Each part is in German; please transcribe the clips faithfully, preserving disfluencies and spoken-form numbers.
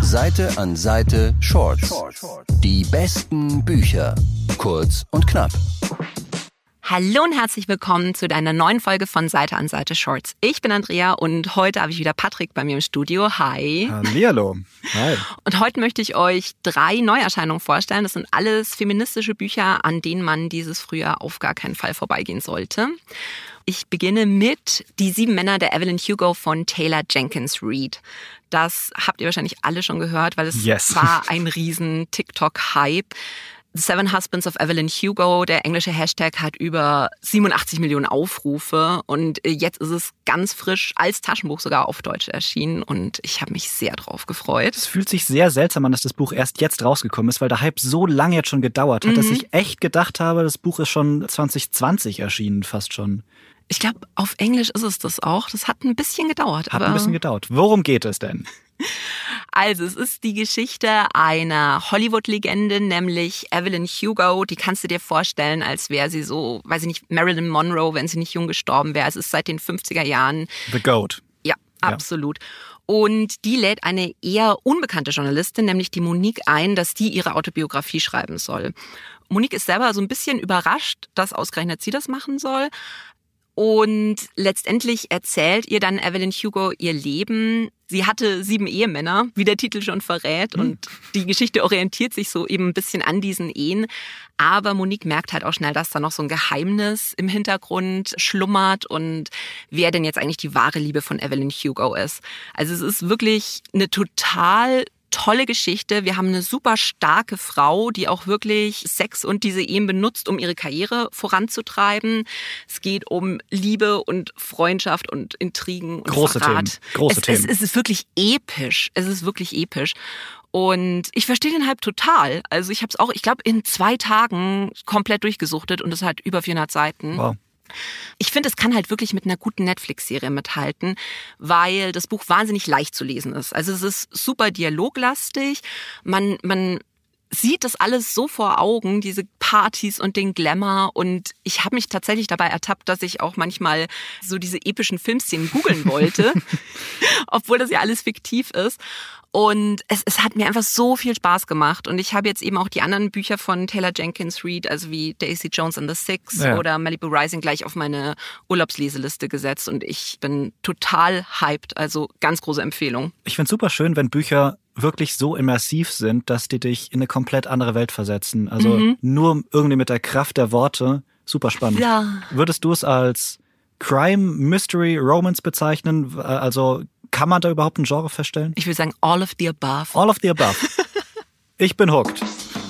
Seite an Seite Shorts. Die besten Bücher. Kurz und knapp. Hallo und herzlich willkommen zu deiner neuen Folge von Seite an Seite Shorts. Ich bin Andrea und heute habe ich wieder Patrick bei mir im Studio. Hi. Hallihallo. Hi. Und heute möchte ich euch drei Neuerscheinungen vorstellen. Das sind alles feministische Bücher, an denen man dieses Frühjahr auf gar keinen Fall vorbeigehen sollte. Ich beginne mit Die sieben Männer der Evelyn Hugo von Taylor Jenkins Reid. Das habt ihr wahrscheinlich alle schon gehört, weil es yes. war ein riesen TikTok-Hype. The Seven Husbands of Evelyn Hugo, der englische Hashtag, hat über siebenundachtzig Millionen Aufrufe und jetzt ist es ganz frisch als Taschenbuch sogar auf Deutsch erschienen und ich habe mich sehr drauf gefreut. Es fühlt sich sehr seltsam an, dass das Buch erst jetzt rausgekommen ist, weil der Hype so lange jetzt schon gedauert hat, mhm. dass ich echt gedacht habe, das Buch ist schon zwanzig zwanzig erschienen, fast schon. Ich glaube, auf Englisch ist es das auch. Das hat ein bisschen gedauert. Hat aber ein bisschen gedauert. Worum geht es denn? Also, es ist die Geschichte einer Hollywood-Legende, nämlich Evelyn Hugo. Die kannst du dir vorstellen, als wäre sie so, weiß ich nicht, Marilyn Monroe, wenn sie nicht jung gestorben wäre. Es ist seit den fünfziger Jahren. The Goat. Ja, absolut. Ja. Und die lädt eine eher unbekannte Journalistin, nämlich die Monique, ein, dass die ihre Autobiografie schreiben soll. Monique ist selber so ein bisschen überrascht, dass ausgerechnet sie das machen soll. Und letztendlich erzählt ihr dann Evelyn Hugo ihr Leben. Sie hatte sieben Ehemänner, wie der Titel schon verrät. Mhm. Und die Geschichte orientiert sich so eben ein bisschen an diesen Ehen. Aber Monique merkt halt auch schnell, dass da noch so ein Geheimnis im Hintergrund schlummert und wer denn jetzt eigentlich die wahre Liebe von Evelyn Hugo ist. Also es ist wirklich eine total tolle Geschichte. Wir haben eine super starke Frau, die auch wirklich Sex und diese Ehen benutzt, um ihre Karriere voranzutreiben. Es geht um Liebe und Freundschaft und Intrigen und große Verrat. Themen. Große es, Themen. Es, es ist wirklich episch. Es ist wirklich episch. Und ich verstehe den Hype total. Also ich habe es auch, ich glaube, in zwei Tagen komplett durchgesuchtet und es hat über vierhundert Seiten. Wow. Ich finde, es kann halt wirklich mit einer guten Netflix-Serie mithalten, weil das Buch wahnsinnig leicht zu lesen ist. Also es ist super dialoglastig, man, man sieht das alles so vor Augen, diese Partys und den Glamour. Und ich habe mich tatsächlich dabei ertappt, dass ich auch manchmal so diese epischen Filmszenen googeln wollte, obwohl das ja alles fiktiv ist. Und es, es hat mir einfach so viel Spaß gemacht. Und ich habe jetzt eben auch die anderen Bücher von Taylor Jenkins Reid, also wie Daisy Jones and the Six ja. oder Malibu Rising, gleich auf meine Urlaubsleseliste gesetzt. Und ich bin total hyped. Also ganz große Empfehlung. Ich finde es super schön, wenn Bücher wirklich so immersiv sind, dass die dich in eine komplett andere Welt versetzen. Also mhm. nur irgendwie mit der Kraft der Worte. Super spannend. Ja. Würdest du es als Crime, Mystery, Romance bezeichnen? Also kann man da überhaupt ein Genre feststellen? Ich würde sagen all of the above. All of the above. Ich bin hooked.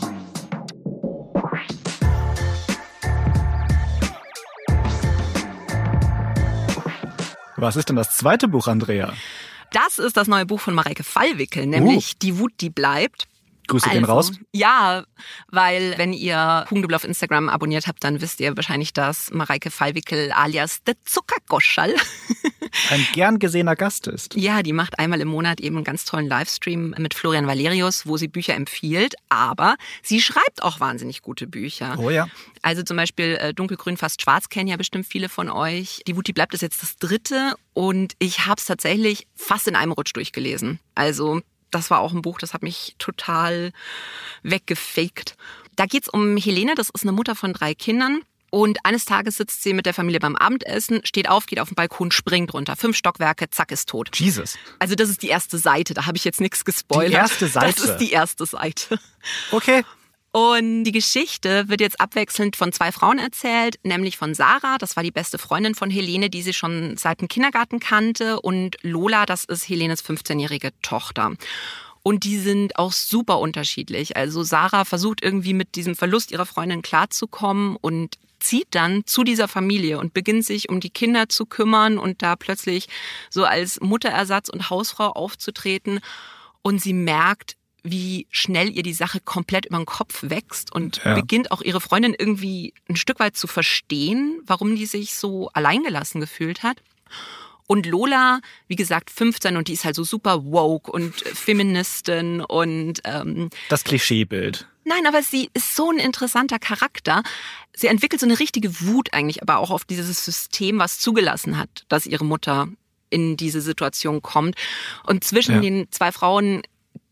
Was ist denn das zweite Buch, Andrea? Das ist das neue Buch von Mareike Fallwickel, nämlich uh. Die Wut, die bleibt. Grüße also, gehen raus. Ja, weil wenn ihr Hugendubel auf Instagram abonniert habt, dann wisst ihr wahrscheinlich, dass Mareike Fallwickel alias der Zuckergoschall ein gern gesehener Gast ist. Ja, die macht einmal im Monat eben einen ganz tollen Livestream mit Florian Valerius, wo sie Bücher empfiehlt, aber sie schreibt auch wahnsinnig gute Bücher. Oh ja. Also zum Beispiel äh, Dunkelgrün, fast schwarz kennen ja bestimmt viele von euch. Die Wut, die bleibt ist jetzt das dritte und ich habe es tatsächlich fast in einem Rutsch durchgelesen. Also das war auch ein Buch, das hat mich total weggefaked. Da geht's um Helene, das ist eine Mutter von drei Kindern. Und eines Tages sitzt sie mit der Familie beim Abendessen, steht auf, geht auf den Balkon, springt runter. Fünf Stockwerke, zack, ist tot. Jesus. Also das ist die erste Seite, da habe ich jetzt nichts gespoilert. Die erste Seite? Das ist die erste Seite. Okay. Und die Geschichte wird jetzt abwechselnd von zwei Frauen erzählt, nämlich von Sarah, das war die beste Freundin von Helene, die sie schon seit dem Kindergarten kannte, und Lola, das ist Helenes fünfzehnjährige Tochter. Und die sind auch super unterschiedlich. Also Sarah versucht irgendwie mit diesem Verlust ihrer Freundin klarzukommen und zieht dann zu dieser Familie und beginnt sich um die Kinder zu kümmern und da plötzlich so als Mutterersatz und Hausfrau aufzutreten. Und sie merkt, wie schnell ihr die Sache komplett über den Kopf wächst und ja. beginnt auch ihre Freundin irgendwie ein Stück weit zu verstehen, warum die sich so alleingelassen gefühlt hat. Und Lola, wie gesagt, fünfzehn und die ist halt so super woke und Feministin und ähm, das Klischeebild. Nein, aber sie ist so ein interessanter Charakter. Sie entwickelt so eine richtige Wut eigentlich, aber auch auf dieses System, was zugelassen hat, dass ihre Mutter in diese Situation kommt. Und zwischen ja. den zwei Frauen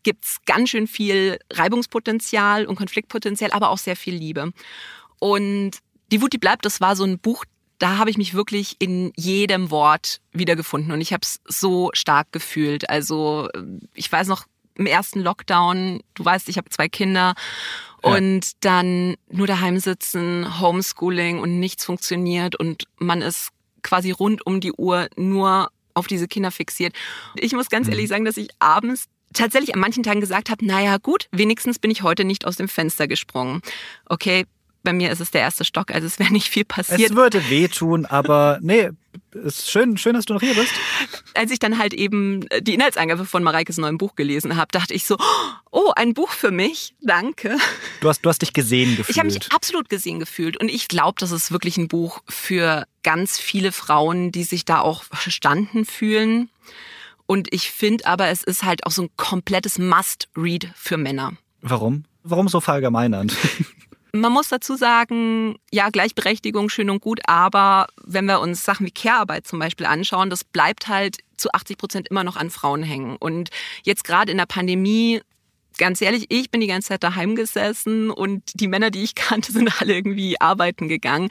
gibt's ganz schön viel Reibungspotenzial und Konfliktpotenzial, aber auch sehr viel Liebe. Und Die Wut, die bleibt, das war so ein Buch, da habe ich mich wirklich in jedem Wort wiedergefunden und ich habe es so stark gefühlt. Also ich weiß noch, im ersten Lockdown, du weißt, ich habe zwei Kinder ja. und dann nur daheim sitzen, Homeschooling und nichts funktioniert und man ist quasi rund um die Uhr nur auf diese Kinder fixiert. Ich muss ganz mhm. ehrlich sagen, dass ich abends tatsächlich an manchen Tagen gesagt habe, naja gut, wenigstens bin ich heute nicht aus dem Fenster gesprungen. Okay, bei mir ist es der erste Stock, also es wäre nicht viel passiert. Es würde wehtun, aber nee, ist schön, schön, dass du noch hier bist. Als ich dann halt eben die Inhaltsangabe von Mareikes neuem Buch gelesen habe, dachte ich so, oh, ein Buch für mich, danke. Du hast, du hast dich gesehen gefühlt. Ich habe mich absolut gesehen gefühlt und ich glaube, das ist wirklich ein Buch für ganz viele Frauen, die sich da auch verstanden fühlen. Und ich finde aber, es ist halt auch so ein komplettes Must-Read für Männer. Warum? Warum so verallgemeinernd? Man muss dazu sagen, ja, Gleichberechtigung schön und gut, aber wenn wir uns Sachen wie Care-Arbeit zum Beispiel anschauen, das bleibt halt zu achtzig Prozent immer noch an Frauen hängen. Und jetzt gerade in der Pandemie, ganz ehrlich, ich bin die ganze Zeit daheim gesessen und die Männer, die ich kannte, sind alle irgendwie arbeiten gegangen.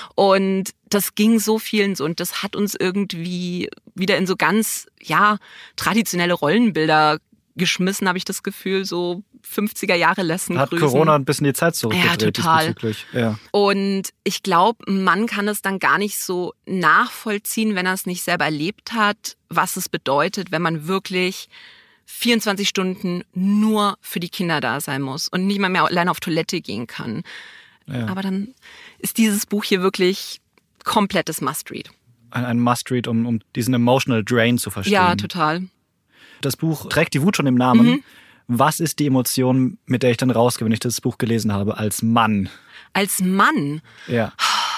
Und das ging so vielen so und das hat uns irgendwie wieder in so ganz, ja, traditionelle Rollenbilder geschmissen, habe ich das Gefühl, so fünfziger Jahre lassen Hat grüßen. Corona ein bisschen die Zeit zurückgedreht. Ja, total. Diesbezüglich. Ja. Und ich glaube, man kann es dann gar nicht so nachvollziehen, wenn er es nicht selber erlebt hat, was es bedeutet, wenn man wirklich vierundzwanzig Stunden nur für die Kinder da sein muss und nicht mal mehr alleine auf Toilette gehen kann. Ja. Aber dann ist dieses Buch hier wirklich komplettes Must-Read. Ein, ein Must-Read, um, um diesen emotional drain zu verstehen. Ja, total. Das Buch trägt die Wut schon im Namen. Mhm. Was ist die Emotion, mit der ich dann rausgehe, wenn ich das Buch gelesen habe, als Mann? Als Mann? Ja.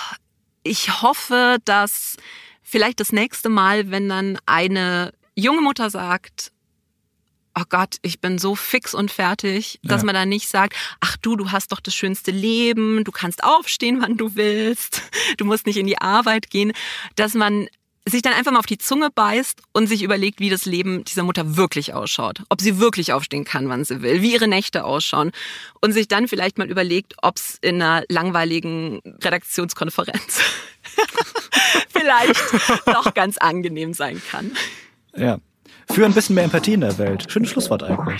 Ich hoffe, dass vielleicht das nächste Mal, wenn dann eine junge Mutter sagt, oh Gott, ich bin so fix und fertig, dass ja. man dann nicht sagt, ach du, du hast doch das schönste Leben, du kannst aufstehen, wann du willst, du musst nicht in die Arbeit gehen, dass man sich dann einfach mal auf die Zunge beißt und sich überlegt, wie das Leben dieser Mutter wirklich ausschaut. Ob sie wirklich aufstehen kann, wann sie will, wie ihre Nächte ausschauen. Und sich dann vielleicht mal überlegt, ob es in einer langweiligen Redaktionskonferenz vielleicht doch ganz angenehm sein kann. Ja, für ein bisschen mehr Empathie in der Welt. Schönes Schlusswort eigentlich.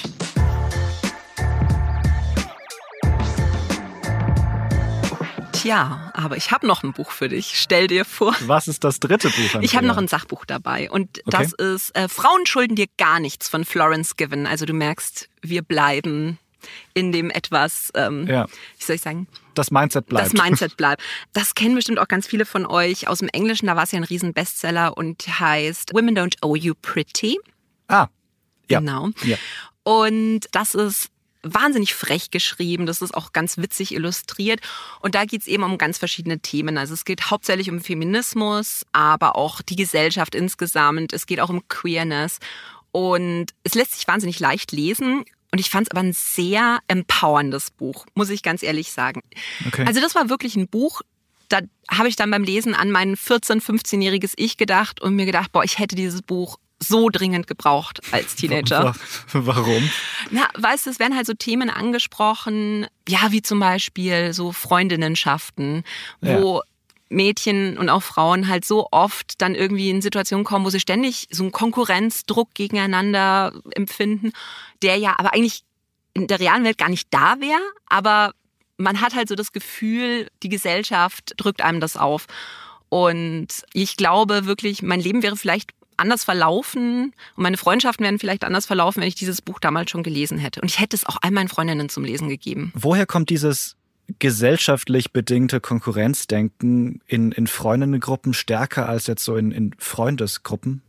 Tja, aber ich habe noch ein Buch für dich. Stell dir vor. Was ist das dritte Buch? Andrea? Ich habe noch ein Sachbuch dabei und okay. das ist äh, Frauen schulden dir gar nichts von Florence Given. Also du merkst, wir bleiben in dem etwas, ähm, ja. wie soll ich sagen? Das Mindset bleibt. Das Mindset bleibt. Das kennen bestimmt auch ganz viele von euch aus dem Englischen. Da war es ja ein riesen Bestseller und heißt Women Don't Owe You Pretty. Ah, ja. Genau. Ja. Und das ist wahnsinnig frech geschrieben, das ist auch ganz witzig illustriert und da geht es eben um ganz verschiedene Themen. Also es geht hauptsächlich um Feminismus, aber auch die Gesellschaft insgesamt, es geht auch um Queerness und es lässt sich wahnsinnig leicht lesen und ich fand es aber ein sehr empowerndes Buch, muss ich ganz ehrlich sagen. Okay. Also das war wirklich ein Buch, da habe ich dann beim Lesen an mein vierzehn-, fünfzehnjähriges Ich gedacht und mir gedacht, boah, ich hätte dieses Buch so dringend gebraucht als Teenager. Warum? Na, weißt du, es werden halt so Themen angesprochen, ja, wie zum Beispiel so Freundinnenschaften, wo ja. Mädchen und auch Frauen halt so oft dann irgendwie in Situationen kommen, wo sie ständig so einen Konkurrenzdruck gegeneinander empfinden, der ja aber eigentlich in der realen Welt gar nicht da wäre, aber man hat halt so das Gefühl, die Gesellschaft drückt einem das auf. Und ich glaube wirklich, mein Leben wäre vielleicht anders verlaufen und meine Freundschaften wären vielleicht anders verlaufen, wenn ich dieses Buch damals schon gelesen hätte. Und ich hätte es auch all meinen Freundinnen zum Lesen gegeben. Woher kommt dieses gesellschaftlich bedingte Konkurrenzdenken in, in Freundinnengruppen stärker als jetzt so in, in Freundesgruppen?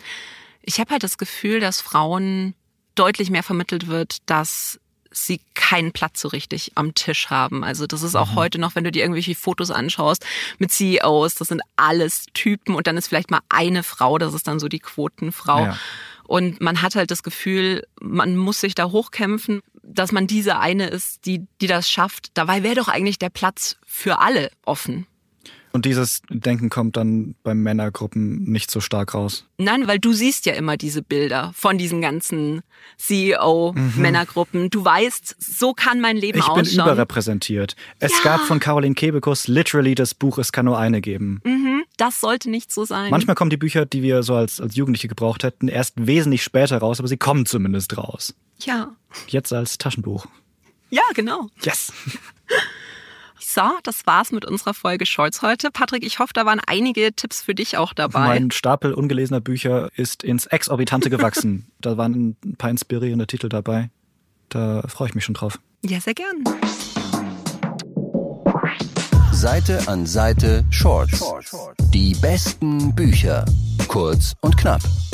Ich habe halt das Gefühl, dass Frauen deutlich mehr vermittelt wird, dass sie keinen Platz so richtig am Tisch haben. Also das ist auch mhm. heute noch, wenn du dir irgendwelche Fotos anschaust mit C E Os, das sind alles Typen und dann ist vielleicht mal eine Frau, das ist dann so die Quotenfrau. Ja. Und man hat halt das Gefühl, man muss sich da hochkämpfen, dass man diese eine ist, die, die das schafft. Dabei wäre doch eigentlich der Platz für alle offen. Und dieses Denken kommt dann bei Männergruppen nicht so stark raus. Nein, weil du siehst ja immer diese Bilder von diesen ganzen C E O-Männergruppen. Mhm. Du weißt, so kann mein Leben ich ausschauen. Ich bin überrepräsentiert. Es ja. gab von Caroline Kebekus literally das Buch Es kann nur eine geben. Mhm, das sollte nicht so sein. Manchmal kommen die Bücher, die wir so als, als Jugendliche gebraucht hätten, erst wesentlich später raus, aber sie kommen zumindest raus. Ja. Jetzt als Taschenbuch. Ja, genau. Yes. So, das war's mit unserer Folge Scholz heute. Patrick, ich hoffe, da waren einige Tipps für dich auch dabei. Mein Stapel ungelesener Bücher ist ins Exorbitante gewachsen. Da waren ein paar inspirierende Titel dabei. Da freue ich mich schon drauf. Ja, sehr gern. Seite an Seite Shorts. Die besten Bücher. Kurz und knapp.